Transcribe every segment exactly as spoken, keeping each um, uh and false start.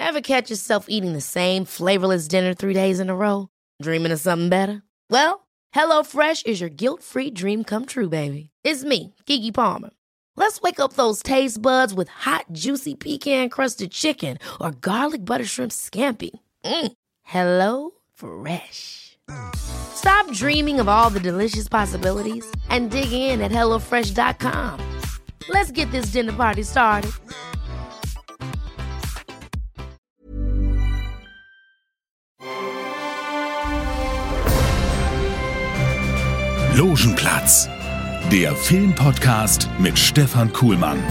Ever catch yourself eating the same flavorless dinner three days in a row? Dreaming of something better? Well, HelloFresh is your guilt-free dream come true, baby. It's me, Keke Palmer. Let's wake up those taste buds with hot, juicy pecan-crusted chicken or garlic butter shrimp scampi. Mm. Hello Fresh. Stop dreaming of all the delicious possibilities and dig in at hello fresh dot com. Let's get this dinner party started. Logenplatz, der Filmpodcast mit Stefan Kuhlmann.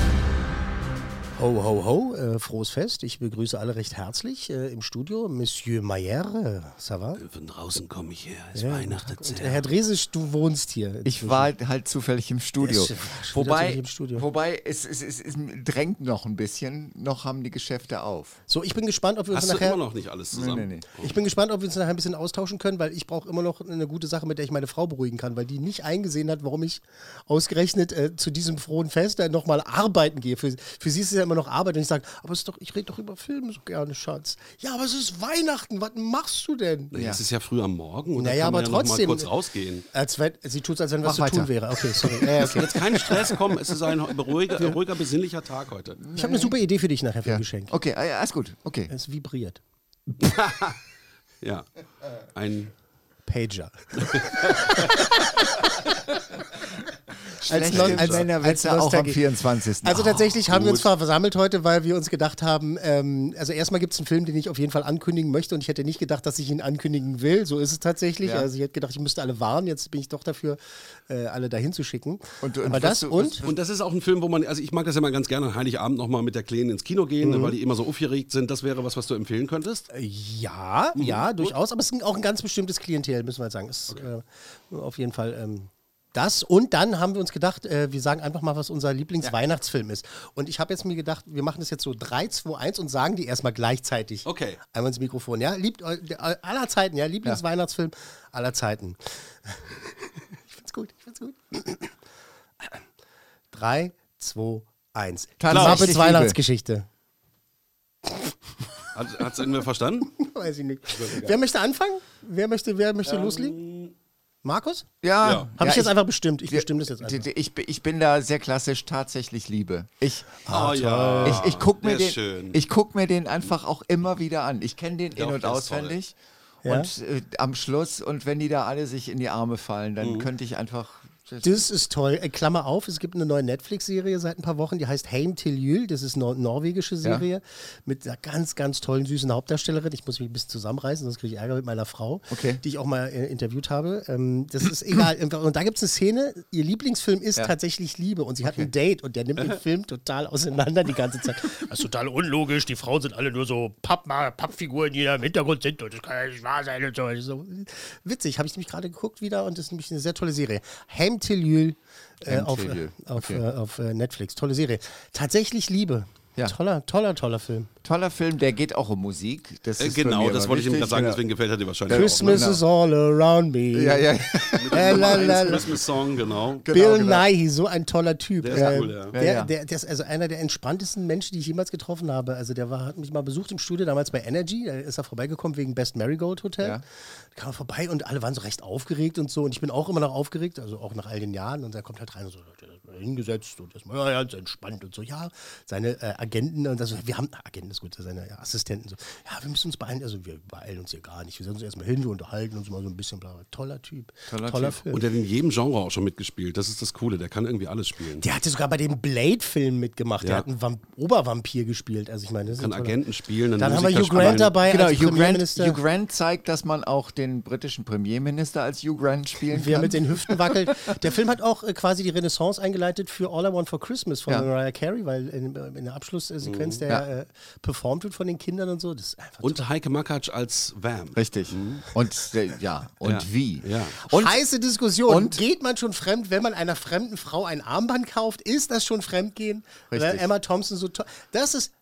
Ho, ho, ho, äh, frohes Fest. Ich begrüße alle recht herzlich äh, im Studio. Monsieur Mayer, äh, ça va? Von draußen komme ich her, es Ja, weihnachtet und, sehr. Herr Dresisch, du wohnst hier. Ich war halt zufällig im Studio. Ja, wobei, zufällig im Studio. wobei es, es, es, es drängt noch ein bisschen, noch haben die Geschäfte auf. So, ich bin gespannt, ob wir uns Hast du nachher... immer noch nicht alles zusammen? Nee, nee, nee. Ich bin gespannt, ob wir uns nachher ein bisschen austauschen können, weil ich brauche immer noch eine gute Sache, mit der ich meine Frau beruhigen kann, weil die nicht eingesehen hat, warum ich ausgerechnet äh, zu diesem frohen Fest äh, nochmal arbeiten gehe. Für, für sie ist es ja immer noch Arbeit und ich sage, aber es ist doch, ich rede doch über Filme so gerne, Schatz. Ja, aber es ist Weihnachten, was machst du denn? Nee, Ja. Es ist ja früh am Morgen und Naja, da kann man aber ja noch trotzdem- mal kurz rausgehen. Als wenn, sie tut es, als wenn was Mach zu tun weiter. wäre. Okay, sorry. Ja, okay. Jetzt kein Stress, komm, es ist ein ruhiger, ruhiger, besinnlicher Tag heute. Ich habe eine super Idee für dich nachher für Ja. ein Geschenk. Okay, äh, alles gut. Okay. Es vibriert. Ja, ein... Pager. Schlechte Non- als- Männerwitze als auch am Nostalgie. vierundzwanzigsten Also tatsächlich haben wir uns gut. versammelt heute, weil wir uns gedacht haben, ähm, also erstmal gibt es einen Film, den ich auf jeden Fall ankündigen möchte und ich hätte nicht gedacht, dass ich ihn ankündigen will. So ist es tatsächlich. Ja. Also ich hätte gedacht, ich müsste alle warnen. Jetzt bin ich doch dafür, äh, alle dahin zu schicken. Und du- und Aber was das du- und... Und das ist auch ein Film, wo man, also ich mag das ja mal ganz gerne an Heiligabend nochmal mit der Kleinen ins Kino gehen, Mhm. weil die immer so aufgeregt sind. Das wäre was, was du empfehlen könntest? Ja, ja, durchaus. Aber es ist auch ein ganz bestimmtes Klientel, müssen wir jetzt sagen. Es ist äh, auf jeden Fall ähm, das. Und dann haben wir uns gedacht, äh, wir sagen einfach mal, was unser Lieblingsweihnachtsfilm ist. Und ich habe jetzt mir gedacht, wir machen das jetzt so drei, zwei, eins und sagen die erstmal gleichzeitig. Okay. Einmal ins Mikrofon, ja? Liebt, äh, aller Zeiten, ja? Lieblingsweihnachtsfilm aller Zeiten. Ich find's gut, ich find's gut. Drei, zwei, eins. Die Tatsächlich Muppets Liebe. Weihnachtsgeschichte. Hat, hat's irgendwer verstanden? Weiß ich nicht. Wer möchte anfangen? Wer möchte, wer möchte loslegen? Markus? Ja. Ja. Habe ja, ich jetzt einfach bestimmt. Ich bestimme das jetzt d- einfach. d- Ich, bin- ich bin da sehr klassisch, tatsächlich Liebe. Ich, Oh ja. ich, ich gucke mir, der ist den- schön. ich guck mir den einfach auch immer wieder an. Ich kenne den Ja, in- und der ist toll. auswendig. Ja? Und äh, am Schluss, und wenn die da alle sich in die Arme fallen, dann Mhm. könnte ich einfach. Das ist toll. Äh, Klammer auf, es gibt eine neue Netflix-Serie seit ein paar Wochen, die heißt Heim til Jul. Das ist eine nor- norwegische Serie mit einer ganz, ganz tollen, süßen Hauptdarstellerin. Ich muss mich ein bisschen zusammenreißen, sonst kriege ich Ärger mit meiner Frau, Okay. die ich auch mal äh, interviewt habe. Ähm, das ist egal. Und da gibt es eine Szene, ihr Lieblingsfilm ist Ja. tatsächlich Liebe. Und sie hat ein Date und der nimmt den Film total auseinander die ganze Zeit. Das ist total unlogisch. Die Frauen sind alle nur so Papp Pappfiguren, die da im Hintergrund sind. Und das kann ja nicht wahr sein. Und so. Das ist so witzig. Habe ich nämlich gerade geguckt wieder und das ist nämlich eine sehr tolle Serie. Heim til Jul äh, Heim auf, til Jul. auf, Okay. äh, auf äh, Netflix. Tolle Serie. Tatsächlich Liebe. Ja. Toller, toller, toller Film. Toller Film, der geht auch um Musik. Das Äh, ist bei genau, mir das immer wollte ich ihm wichtig, gerade sagen, genau. deswegen gefällt er dir wahrscheinlich Christmas genau. is all around me. Ja, ja, ja. Äh, la, la, la. Christmas Song, genau. Bill Genau, genau. Nighy, so ein toller Typ. Der ist Äh, cool, ja. Der, Ja, ja. Der, der ist also einer der entspanntesten Menschen, die ich jemals getroffen habe. Also der war, hat mich mal besucht im Studio, damals bei Energy. Da ist er vorbeigekommen wegen Best Marigold Hotel. Ja. Da kam er vorbei und alle waren so recht aufgeregt und so. Und ich bin auch immer noch aufgeregt, also auch nach all den Jahren. Und er kommt halt rein und so, der ist mal hingesetzt und ist mal ja, ganz entspannt und so. Ja, seine äh, Agenten und das, wir haben, Agenten ist gut, seine ja, Assistenten so. Ja, wir müssen uns beeilen. Also wir beeilen uns hier gar nicht. Wir setzen uns erstmal hin, wir unterhalten uns mal so ein bisschen. Bla, bla. Toller Typ. Toller Toller Typ. Film. Und der hat in jedem Genre auch schon mitgespielt. Das ist das Coole. Der kann irgendwie alles spielen. Der hatte sogar bei dem Blade-Film mitgemacht. Der Ja. hat einen Vamp- Obervampir gespielt. Also ich meine, das ist Kann ein toller- Agenten spielen. einen Dann haben wir Musiker Hugh Grant spielen. dabei Genau, als Hugh Grant, Premierminister. Hugh Grant zeigt, dass man auch den britischen Premierminister als Hugh Grant spielen Wer kann. mit den Hüften wackelt. Der Film hat auch äh, quasi die Renaissance eingeleitet für All I Want for Christmas von Ja. Mariah Carey, weil in, in der Abschlusssequenz, der Ja. äh, performt wird von den Kindern und so, das ist einfach Und Heike Makatsch als Vamp. Richtig. Und äh, ja, und Ja. wie? Ja. Und heiße Diskussion. und- Geht man schon fremd, wenn man einer fremden Frau ein Armband kauft? Ist das schon Fremdgehen? Weil Richtig. Emma Thompson so toll. Das ist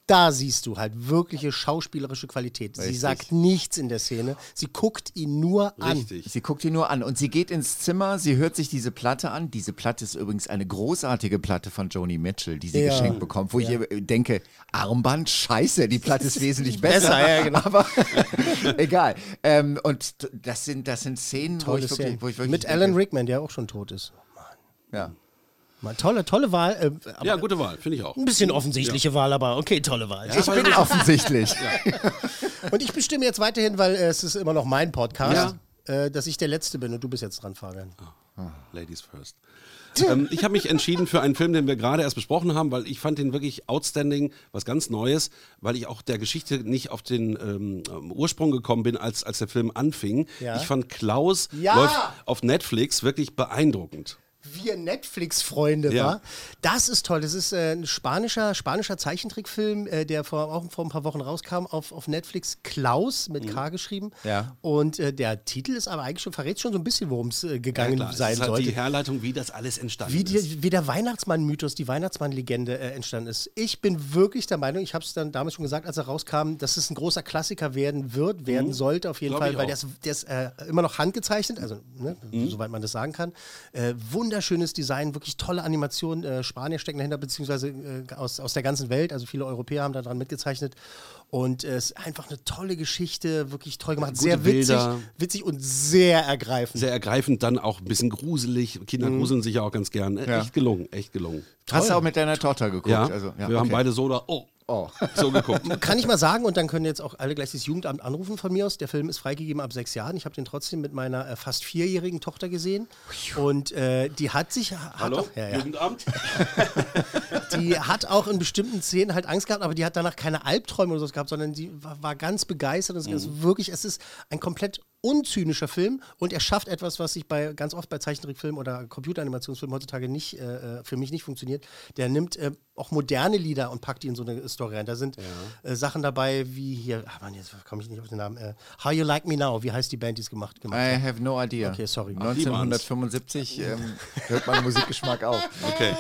da siehst du halt wirkliche schauspielerische Qualität. Sie Richtig. sagt nichts in der Szene, sie guckt ihn nur an. Richtig. Sie guckt ihn nur an und sie geht ins Zimmer, sie hört sich diese Platte an. Diese Platte ist übrigens eine großartige Platte von Joni Mitchell, die sie Ja. geschenkt bekommt, wo ich ihr denke, Armband, scheiße, die Platte ist wesentlich besser. Besser, ja, genau. Aber egal. Ähm, und t- das sind, das sind Szenen, wo Tolle ich, wirklich, Szene. wo ich wirklich Mit denke, Alan Rickman, der auch schon tot ist. Ja. Mal, tolle, tolle Wahl. Äh, aber Ja, gute Wahl, finde ich auch. ein bisschen offensichtliche Wahl, aber okay, tolle Wahl. Ich bin offensichtlich. Und ich bestimme jetzt weiterhin, weil äh, es ist immer noch mein Podcast, äh, dass ich der Letzte bin und du bist jetzt dran, Fabian. Ladies first. ähm, ich habe mich entschieden für einen Film, den wir gerade erst besprochen haben, weil ich fand den wirklich outstanding, was ganz Neues, weil ich auch der Geschichte nicht auf den ähm, Ursprung gekommen bin, als, als der Film anfing. Ja. Ich fand Klaus Ja. läuft auf Netflix wirklich beeindruckend. Wir Netflix-Freunde, Ja. wa? Das ist toll. Das ist äh, ein spanischer, spanischer Zeichentrickfilm, äh, der vor, auch vor ein paar Wochen rauskam auf, auf Netflix. Klaus mit K geschrieben. Ja. Und äh, der Titel ist aber eigentlich schon, verrät schon so ein bisschen, worum es äh, gegangen Klar, sein es ist halt sollte. die Herleitung, wie das alles entstanden Wie, ist. die, wie der Weihnachtsmann-Mythos, die Weihnachtsmann-Legende äh, entstanden ist. Ich bin wirklich der Meinung, ich habe es dann damals schon gesagt, als er rauskam, dass es ein großer Klassiker werden wird, werden sollte auf jeden Glaub Fall, ich weil auch. der ist, der ist äh, immer noch handgezeichnet, also ne, soweit man das sagen kann. Äh, wunderschönes Design, wirklich tolle Animation. Äh, Spanier stecken dahinter, beziehungsweise äh, aus, aus der ganzen Welt, also viele Europäer haben daran mitgezeichnet. Und äh, es ist einfach eine tolle Geschichte, wirklich toll gemacht, Gute sehr witzig, Bilder. witzig und sehr ergreifend. Sehr ergreifend, dann auch ein bisschen gruselig. Kinder gruseln sich ja auch ganz gern. Äh, Ja. Echt gelungen, echt gelungen. Hast du auch mit deiner Tochter geguckt? Ja, Also, ja wir haben okay. beide so da, oh, Oh. so geguckt. Kann ich mal sagen, und dann können jetzt auch alle gleich das Jugendamt anrufen von mir aus. Der Film ist freigegeben ab sechs Jahren. Ich habe den trotzdem mit meiner äh, fast vierjährigen Tochter gesehen. Und äh, die hat sich. Hat Hallo, Auch, ja, ja. Jugendamt? Die hat auch in bestimmten Szenen halt Angst gehabt, aber die hat danach keine Albträume oder so gehabt, sondern die war, war ganz begeistert. Und es ist wirklich, es ist ein komplett unzynischer Film und er schafft etwas, was sich bei ganz oft bei Zeichentrickfilmen oder Computeranimationsfilmen heutzutage nicht, äh, für mich nicht funktioniert. Der nimmt äh, auch moderne Lieder und packt die in so eine Story rein. Da sind äh, Sachen dabei wie hier, ach Mann, jetzt komme ich nicht auf den Namen. Äh, How You Like Me Now, wie heißt die Band, die es gemacht, gemacht I hat? have no idea. Okay, sorry. neunzehnhundertfünfundsiebzig ähm, hört mein Musikgeschmack auf. Okay.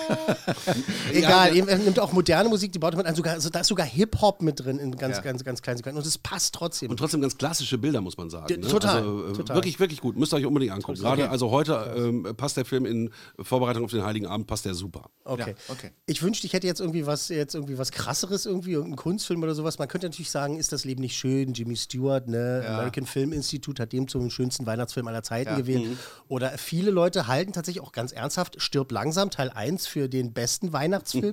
Egal, eben, er nimmt auch moderne Musik, die baut er mit ein, sogar, also da ist sogar Hip-Hop mit drin in ganz, Ja. ganz, ganz kleinen Sequenzen und es passt trotzdem. Und trotzdem ganz klassische Bilder, muss man sagen. Ja, Ne? total, Also, äh, total. Wirklich, wirklich gut. Müsst ihr euch unbedingt angucken. Gerade Okay. also heute ähm, passt der Film in Vorbereitung auf den Heiligen Abend, passt der super. Okay. Ja, okay. Ich wünschte, ich hätte jetzt irgendwie was, jetzt irgendwie was krasseres, irgendwie irgendein Kunstfilm oder sowas. Man könnte natürlich sagen, ist das Leben nicht schön? Jimmy Stewart, ne? American Film Institute hat dem zum schönsten Weihnachtsfilm aller Zeiten Ja. gewählt. Mhm. Oder viele Leute halten tatsächlich auch ganz ernsthaft Stirb langsam Teil eins für den besten Weihnachtsfilm.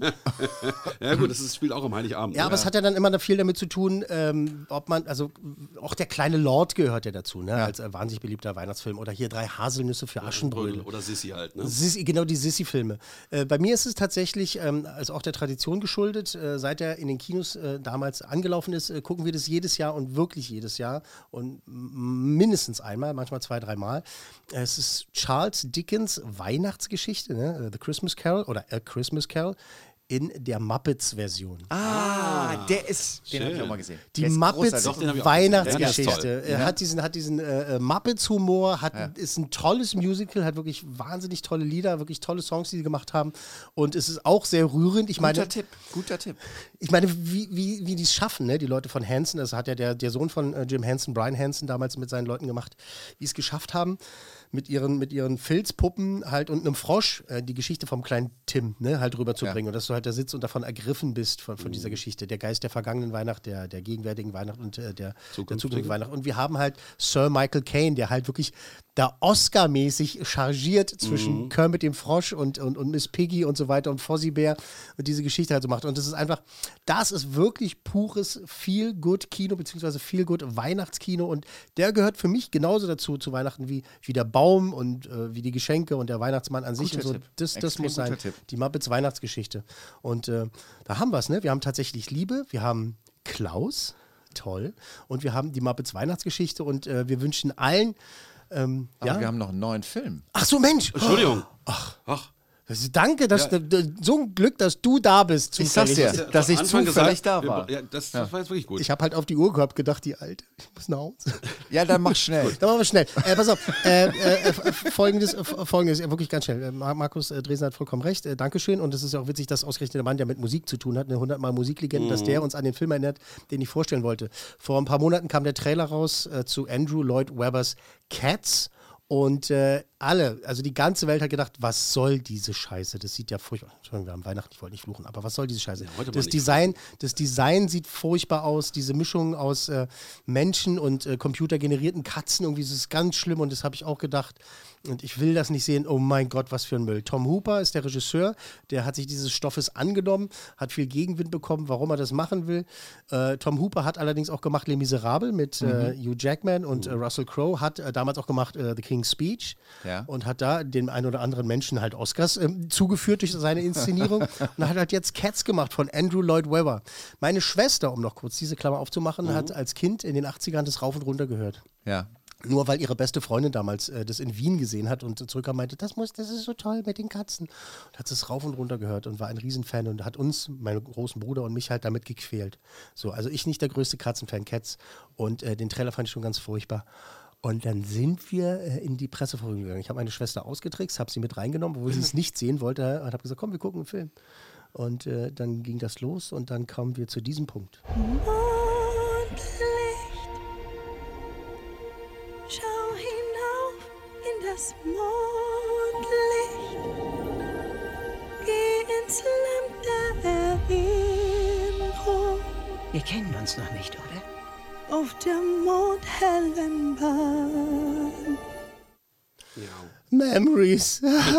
Ja gut, das ist, spielt auch am Heiligabend. Ja, ne? aber es hat ja dann immer viel damit zu tun, ähm, ob man, also auch der kleine Lord gehört ja dazu, ne? Als äh, wahnsinnig beliebter Weihnachtsfilm. Oder hier drei Haselnüsse für Aschenbrödel. Oder Sissi halt. Ne? Sissi, genau, die Sissi-Filme. Äh, bei mir ist es tatsächlich, ähm, also auch der Tradition geschuldet, äh, seit er in den Kinos äh, damals angelaufen ist, äh, gucken wir das jedes Jahr und wirklich jedes Jahr und m- mindestens einmal, manchmal zwei, dreimal. Äh, es ist Charles Dickens Weihnachtsgeschichte, ne? The Christmas Carol oder A Christmas Carol in der Muppets-Version. Ah, der ist, den habe ich Schön. auch mal gesehen. Die Der ist Muppets großartig. Doch, den hab ich auch gesehen. Ja, der ist Weihnachtsgeschichte. toll. Er hat diesen, hat diesen äh, äh, Muppets-Humor, hat, ist ein tolles Musical, hat wirklich wahnsinnig tolle Lieder, wirklich tolle Songs, die sie gemacht haben. Und es ist auch sehr rührend. Ich meine, Guter Tipp, guter Tipp. ich meine, wie, wie, wie die es schaffen, ne? Die Leute von Hanson, das hat ja der, der Sohn von äh, Jim Henson, Brian Hanson, damals mit seinen Leuten gemacht, wie es geschafft haben, mit ihren, mit ihren Filzpuppen halt und einem Frosch äh, die Geschichte vom kleinen Tim ne, halt rüberzubringen. Ja. Und dass du halt da sitzt und davon ergriffen bist von, von dieser Geschichte. Der Geist der vergangenen Weihnacht, der, der gegenwärtigen Weihnacht und äh, der, der zukünftigen Weihnacht. Und wir haben halt Sir Michael Caine, der halt wirklich da Oscar-mäßig chargiert zwischen Kermit dem Frosch und, und, und Miss Piggy und so weiter und Fozzie Bear und diese Geschichte halt so macht. Und das ist einfach, das ist wirklich pures Feel-Good-Kino, beziehungsweise Feel-Good-Weihnachtskino. Und der gehört für mich genauso dazu zu Weihnachten wie, wie der Baum und äh, wie die Geschenke und der Weihnachtsmann an sich. Guter Und so. Tipp. Das, das Extrem muss sein. guter Tipp. Die Muppets Weihnachtsgeschichte. Und äh, da haben wir es, ne? Wir haben tatsächlich Liebe, wir haben Klaus, toll. Und wir haben die Muppets Weihnachtsgeschichte und äh, wir wünschen allen. Ähm, Aber ja? wir haben noch einen neuen Film. Ach so, Mensch! Entschuldigung. Ach. Ach. Also danke, dass ja. du, so ein Glück, dass du da bist. Ich sag's dir, dass, dass ich zufällig gesagt, da war. Ja, das, das ja. war jetzt wirklich gut. Ich habe halt auf die Uhr gehabt, gedacht, die Alte, ich muss nach Hause. Ja, dann mach schnell. Dann machen wir schnell. Äh, pass auf, äh, äh, folgendes, äh, folgendes, ja, wirklich ganz schnell. Markus äh, Dresner hat vollkommen recht, äh, Dankeschön. Und es ist ja auch witzig, dass ausgerechnet der Mann, der mit Musik zu tun hat, eine hundertmal Musiklegende, mhm. dass der uns an den Film erinnert, den ich vorstellen wollte. Vor ein paar Monaten kam der Trailer raus äh, zu Andrew Lloyd Webbers Cats. Und äh, alle, also die ganze Welt hat gedacht, was soll diese Scheiße? Das sieht ja furchtbar. Entschuldigung, wir haben Weihnachten, ich wollte nicht fluchen, aber was soll diese Scheiße? Ja, das, Design, das Design sieht furchtbar aus, diese Mischung aus äh, Menschen und äh, computergenerierten Katzen, irgendwie ist es ganz schlimm und das habe ich auch gedacht. Und ich will das nicht sehen, oh mein Gott, was für ein Müll. Tom Hooper ist der Regisseur, der hat sich dieses Stoffes angenommen, hat viel Gegenwind bekommen, warum er das machen will. Äh, Tom Hooper hat allerdings auch gemacht Les Miserables mit mhm. äh, Hugh Jackman und mhm. äh, Russell Crowe, hat äh, damals auch gemacht äh, The King's Speech ja. und hat da den einen oder anderen Menschen halt Oscars äh, zugeführt durch seine Inszenierung und hat halt jetzt Cats gemacht von Andrew Lloyd Webber. Meine Schwester, um noch kurz diese Klammer aufzumachen, mhm. hat als Kind in den achtzigern das rauf und runter gehört. Ja. Nur weil ihre beste Freundin damals äh, das in Wien gesehen hat und zurückkam und meinte, das muss, das ist so toll mit den Katzen. Und hat es rauf und runter gehört und war ein Riesenfan und hat uns, meinen großen Bruder und mich halt damit gequält. So, also ich nicht der größte Katzenfan, Cats. Und äh, den Trailer fand ich schon ganz furchtbar. Und dann sind wir äh, in die Pressevorführung gegangen. Ich habe meine Schwester ausgetrickst, habe sie mit reingenommen, obwohl sie es nicht sehen wollte und habe gesagt, komm, wir gucken einen Film. Und äh, dann ging das los und dann kamen wir zu diesem Punkt. Schau hinauf in das Mondlicht, geh ins Land der Erinnerung. Wir kennen uns noch nicht, oder? Auf der mondhellen Bahn. Ja. Memories.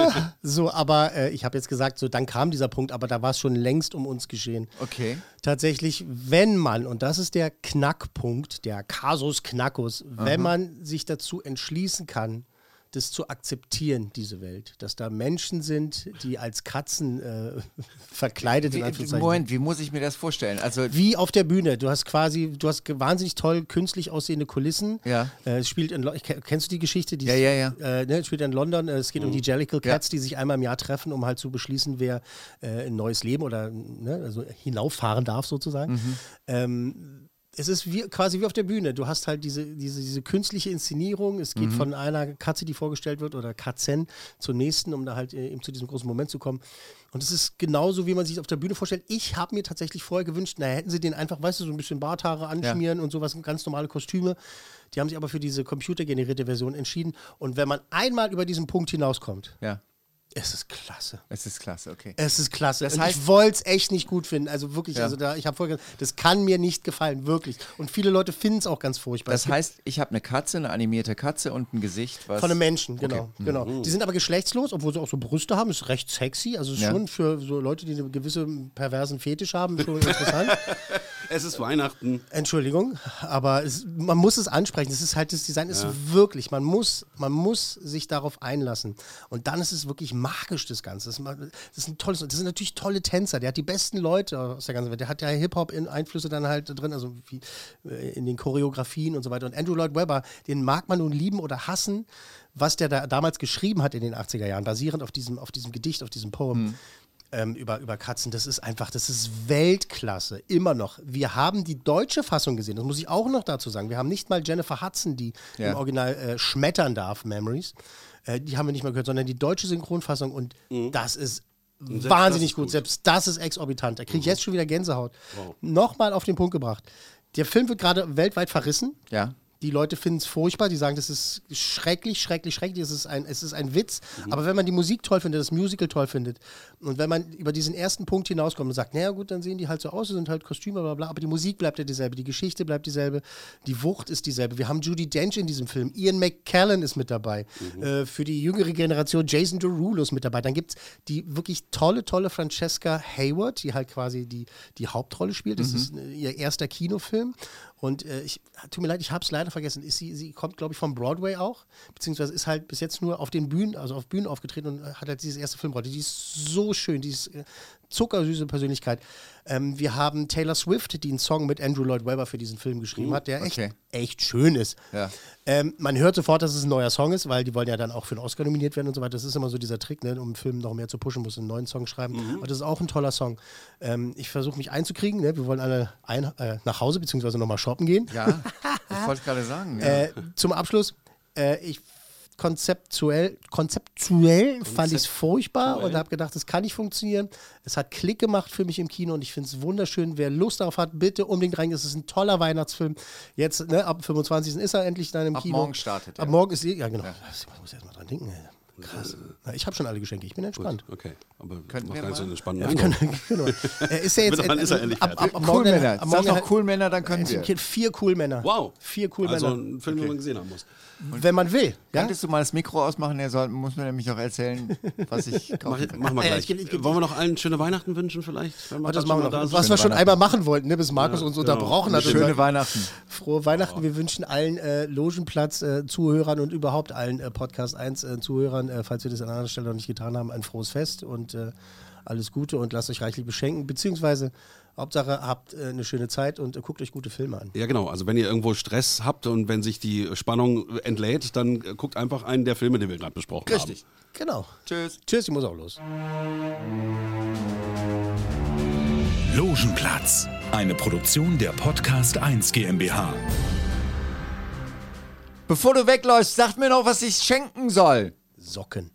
So, aber äh, ich habe jetzt gesagt, so dann kam dieser Punkt, aber da war es schon längst um uns geschehen. Okay. Tatsächlich, wenn man, und das ist der Knackpunkt, der Kasus Knackus, Aha. wenn man sich dazu entschließen kann, das zu akzeptieren, diese Welt. Dass da Menschen sind, die als Katzen äh, verkleidet wie, in Anführungszeichen. Moment, wie muss ich mir das vorstellen? Also wie auf der Bühne. Du hast quasi, du hast wahnsinnig toll künstlich aussehende Kulissen. Ja. Äh, es spielt in Lo- Kennst du die Geschichte? Die ja, ja, ja. Äh, ne, es spielt in London. Es geht mhm. um die Jellicle Cats, ja. die sich einmal im Jahr treffen, um halt zu beschließen, wer äh, ein neues Leben oder ne, also hinauffahren darf sozusagen. Mhm. Ähm, Es ist wie, quasi wie auf der Bühne. Du hast halt diese, diese, diese künstliche Inszenierung. Es geht mhm. von einer Katze, die vorgestellt wird, oder Katzen zur nächsten, um da halt äh, eben zu diesem großen Moment zu kommen. Und es ist genauso, wie man sich das auf der Bühne vorstellt. Ich habe mir tatsächlich vorher gewünscht, na, hätten sie den einfach, weißt du, so ein bisschen Barthaare anschmieren ja. und sowas, ganz normale Kostüme. Die haben sich aber für diese computergenerierte Version entschieden. Und wenn man einmal über diesen Punkt hinauskommt, ja. es ist klasse. Es ist klasse, okay. Es ist klasse. Das Und heißt, ich wollte es echt nicht gut finden. Also wirklich, ja. also da, ich habe vorher gesagt, das kann mir nicht gefallen, wirklich. Und viele Leute finden es auch ganz furchtbar. Das heißt, ich habe eine Katze, eine animierte Katze und ein Gesicht, was... Von einem Menschen, genau. Okay. genau. Mhm. Die sind aber geschlechtslos, obwohl sie auch so Brüste haben. Ist recht sexy. Also ist ja. schon für so Leute, die einen gewissen perversen Fetisch haben, schon interessant. Es ist Weihnachten. Entschuldigung, aber es, man muss es ansprechen. Es ist halt, das Design ist Ja. wirklich, man muss, man muss sich darauf einlassen. Und dann ist es wirklich magisch, das Ganze. Das ist, das ist ein tolles, das sind natürlich tolle Tänzer. Der hat die besten Leute aus der ganzen Welt. Der hat ja Hip-Hop-Einflüsse dann halt drin, also wie in den Choreografien und so weiter. Und Andrew Lloyd Webber, den mag man nun lieben oder hassen, was der da damals geschrieben hat in den achtziger Jahren, basierend auf diesem, auf diesem Gedicht, auf diesem Poem. Hm. Ähm, über, über Katzen, das ist einfach, das ist Weltklasse, immer noch. Wir haben die deutsche Fassung gesehen, das muss ich auch noch dazu sagen. Wir haben nicht mal Jennifer Hudson, die ja. im Original äh, schmettern darf, Memories. Äh, die haben wir nicht mal gehört, sondern die deutsche Synchronfassung und mhm. das ist selbst wahnsinnig das ist gut. gut. Selbst das ist exorbitant. Da kriege ich Mhm. jetzt schon wieder Gänsehaut. Wow. Nochmal auf den Punkt gebracht. Der Film wird gerade weltweit verrissen. Ja. Die Leute finden es furchtbar, die sagen, das ist schrecklich, schrecklich, schrecklich, es ist ein, es ist ein Witz. Mhm. Aber wenn man die Musik toll findet, das Musical toll findet und wenn man über diesen ersten Punkt hinauskommt und sagt, naja gut, dann sehen die halt so aus, sind halt Kostüme, bla bla, aber die Musik bleibt ja dieselbe, die Geschichte bleibt dieselbe, die Wucht ist dieselbe. Wir haben Judi Dench in diesem Film, Ian McKellen ist mit dabei, mhm. äh, für die jüngere Generation Jason Derulo ist mit dabei. Dann gibt es die wirklich tolle, tolle Francesca Hayward, die halt quasi die, die Hauptrolle spielt. Das mhm. ist äh, ihr erster Kinofilm. Und äh, ich, tut mir leid, ich habe es leider leider vergessen. Ist sie, sie kommt, glaube ich, vom Broadway auch, beziehungsweise ist halt bis jetzt nur auf den Bühnen, also auf Bühnen aufgetreten und hat halt dieses erste Filmrolle. Die ist so schön, die ist äh, zuckersüße Persönlichkeit. Ähm, wir haben Taylor Swift, die einen Song mit Andrew Lloyd Webber für diesen Film geschrieben hat, der okay. echt, echt schön ist. Ja. Ähm, man hört sofort, dass es ein neuer Song ist, weil die wollen ja dann auch für einen Oscar nominiert werden und so weiter. Das ist immer so dieser Trick, ne? Um einen Film noch mehr zu pushen, muss einen neuen Song schreiben. Mhm. Aber das ist auch ein toller Song. Ähm, ich versuche mich einzukriegen. Ne? Wir wollen alle ein, äh, nach Hause beziehungsweise nochmal shoppen gehen. Ja, das wollte ich gerade sagen. Ja. Äh, zum Abschluss, äh, ich konzeptuell, konzeptuell fand ich es furchtbar und habe gedacht, das kann nicht funktionieren. Es hat Klick gemacht für mich im Kino und ich finde es wunderschön. Wer Lust darauf hat, bitte unbedingt rein. Es ist ein toller Weihnachtsfilm. Jetzt, ne, ab fünfundzwanzigsten ist er endlich dann im Ab Kino. morgen startet er. Ab morgen ist er, ja genau. Ja. Ich muss erst mal dran denken. Ey. Krass. Na, ich habe schon alle Geschenke, ich bin entspannt. Gut, okay, aber Könnten mach wir gar nicht so mal? einen entspannten Ja, wir Eindruck. können, genau. Er ist ja jetzt Wann ist er endlich ab, ab, ab, ab Cool morgen, Männer. ab Sag morgen doch Cool Männer, dann können wir. Kind, vier Cool Männer. Wow. Vier Cool Also Männer. ein Film, den man gesehen haben muss. Wenn man will. Ja? Könntest du mal das Mikro ausmachen? Er soll, muss mir nämlich auch erzählen, was ich Mach, kaufen kann. machen wir Ja, gleich. ich geb- ich geb- Wollen wir noch allen schöne Weihnachten wünschen vielleicht? Wenn wir Oh, das grad machen wir schon mal noch. da Was sind? wir schon Weihnachten. einmal machen wollten, ne, bis Markus Ja, uns genau. unterbrochen hat. und Schöne sagt, Weihnachten. Frohe Weihnachten. Wir wünschen allen äh, Logenplatz-Zuhörern und überhaupt allen äh, Podcast eins-Zuhörern, äh, falls wir das an anderer Stelle noch nicht getan haben, ein frohes Fest und äh, alles Gute und lasst euch reichlich beschenken. Beziehungsweise, Hauptsache, habt äh, eine schöne Zeit und äh, guckt euch gute Filme an. Ja, genau. Also wenn ihr irgendwo Stress habt und wenn sich die Spannung entlädt, dann äh, guckt einfach einen der Filme, den wir gerade besprochen Richtig. Genau. Tschüss. Tschüss, ich muss auch los. Logenplatz, eine Produktion der Podcast eins GmbH. Bevor du wegläufst, sag mir noch, was ich schenken soll. Socken.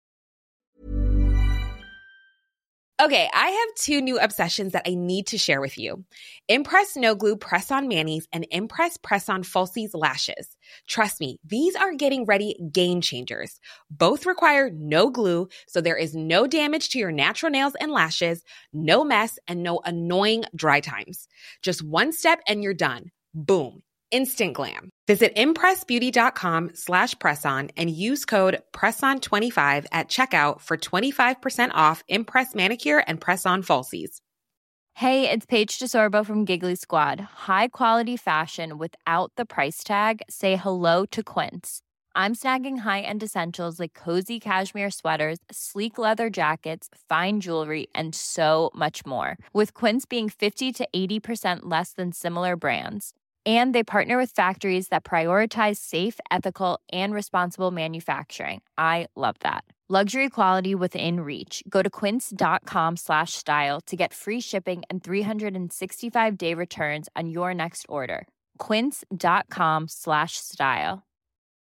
Okay, I have two new obsessions that I need to share with you. Impress No Glue Press-On Manis and Impress Press-On Falsies Lashes. Trust me, these are getting ready game changers. Both require no glue, so there is no damage to your natural nails and lashes, no mess, and no annoying dry times. Just one step and you're done. Boom. Instant glam. Visit impressbeauty.com slash presson and use code presson twenty-five at checkout for twenty-five percent off Impress Manicure and Press-On Falsies. Hey, it's Paige DeSorbo from Giggly Squad. High quality fashion without the price tag. Say hello to Quince. I'm snagging high-end essentials like cozy cashmere sweaters, sleek leather jackets, fine jewelry, and so much more. With Quince being fifty to eighty percent less than similar brands. And they partner with factories that prioritize safe, ethical, and responsible manufacturing. I love that. Luxury quality within reach. Go to quince.com slash style to get free shipping and three sixty-five day returns on your next order. Quince.com slash style.